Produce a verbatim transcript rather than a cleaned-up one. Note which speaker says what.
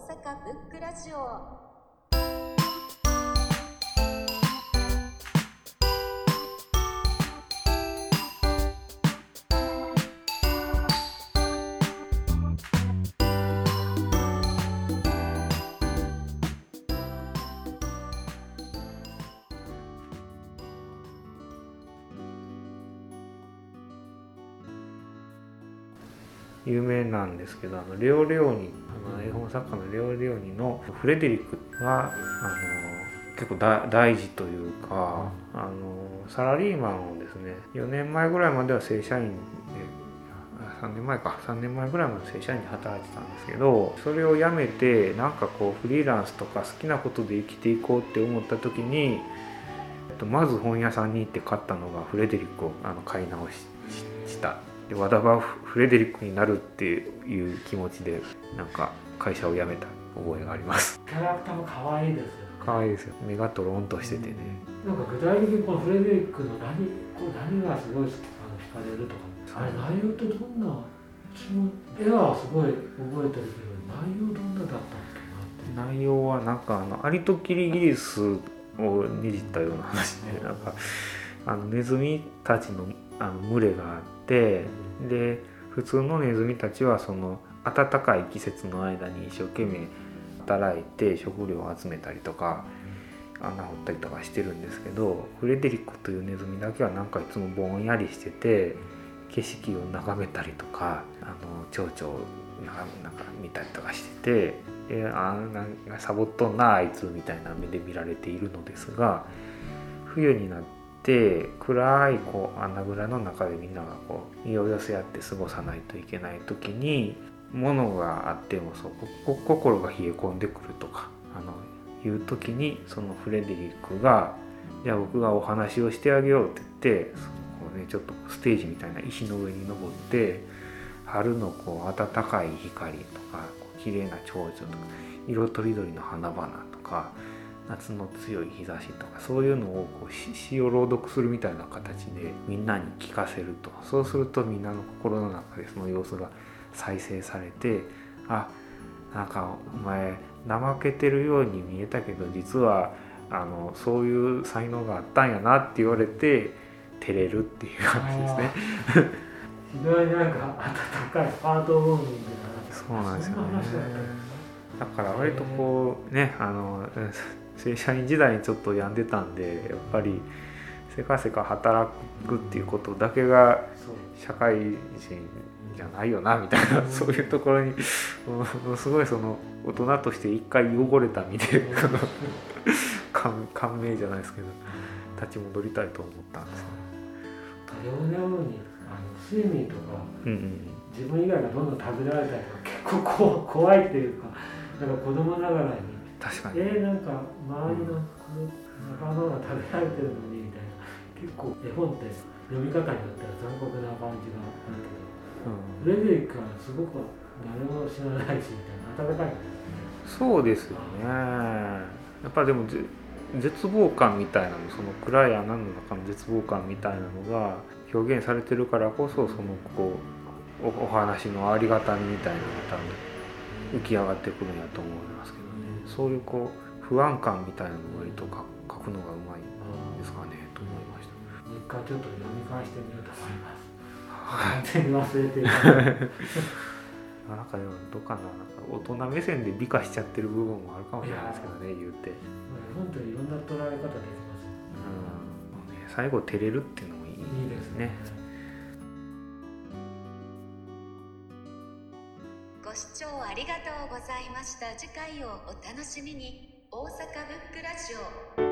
Speaker 1: 阪ブックラジオ。
Speaker 2: 有名なんですけど、あのレオ・レオニ、あの絵本作家のレオ・レオニのフレデリックはあの結構大大事というか、あのサラリーマンをですね、よねんまえぐらいまでは正社員で、さんねんまえかさんねんまえぐらいまで正社員で働いてたんですけど、それを辞めてなんかこうフリーランスとか好きなことで生きていこうって思った時に、まず本屋さんに行って買ったのがフレデリックをあの買い直ししたで、和田はフレデリックになるっていう気持ちでなんか会社を辞めた覚えがあります。
Speaker 3: キャラクターも可愛いですよね。
Speaker 2: 可愛いですよ。目がトロンとしててね、
Speaker 3: うん、なんか具体的にこのフレデリックの何こう何がすごいあの惹かれるとか、あれ内容ってどんな、私も絵はすごい覚えてるけど内容どんなだったっけなって。
Speaker 2: 内容はなんかあのアリとキリギリスをにじったような話で、なんかあのネズミたちのあの群れがあって、で普通のネズミたちはその暖かい季節の間に一生懸命働いて食料を集めたりとか穴掘ったりとかしてるんですけど、フレデリックというネズミだけはなんかいつもぼんやりしてて、景色を眺めたりとかあの蝶々をなんか見たりとかしてて、であなんかサボっとんなあいつみたいな目で見られているのですが、冬になって暗いこう穴蔵の中でみんながこう身を寄せ合って過ごさないといけない時に、物があってもそう心が冷え込んでくるとかあのいう時に、そのフレデリックがじゃあ僕がお話をしてあげようって言って、そのこう、ね、ちょっとステージみたいな石の上に登って、春のこう暖かい光とか綺麗な蝶々とか色とりどりの花々とか夏の強い日差しとか、そういうのをこう詩を朗読するみたいな形でみんなに聞かせると、そうするとみんなの心の中でその様子が再生されて、あ、なんかお前怠けてるように見えたけど実はあのそういう才能があったんやなって言われて照れるっていう話ですね。
Speaker 3: 非常になんか温かいハートウォーミングな。
Speaker 2: そうなんですよね。だから割とこうね、あの正社員時代にちょっと病んでたんで、やっぱりせかせか働くっていうことだけが社会人じゃないよなみたいな、そういうところにすごいその大人として一回汚れた身で感, 感銘じゃないですけど立ち戻りたいと思ったんですね。
Speaker 3: レオレオにあの睡眠とか、うんうん、自分以外がどんどん食べられたりとか結構怖いっていうか、なんか子供ながらに
Speaker 2: 確かに、
Speaker 3: えー、なんか周りの仲間が食べられてるのにみたいな、結構絵本って読み方によっては残酷な感じがあるけど、うん、フレデリックはすごく何も知らないしみたいな、温かいんですね。
Speaker 2: そうですよね。やっぱでも絶望感みたいなの、その暗い穴の中の絶望感みたいなのが表現されてるからこそ、そのこう お, お話のありがたみみたいなのが多分浮き上がってくるんやと思いますけどね。そういうこう不安感みたいなのを割と書くのがうまいんですかねと思いました。
Speaker 3: 一回ちょっと読み返してみようと思います。完全に忘れていた。
Speaker 2: なんかでもどうかな、なんか大人目線で美化しちゃってる部分もあるかもしれないですけどね、言うて。
Speaker 3: 本当にいろんな捉え方できます、
Speaker 2: うん、最後照れるっていうのもいいですね。いいですね。
Speaker 1: ご視聴ありがとうございました。次回をお楽しみに。大阪ブックラジオ。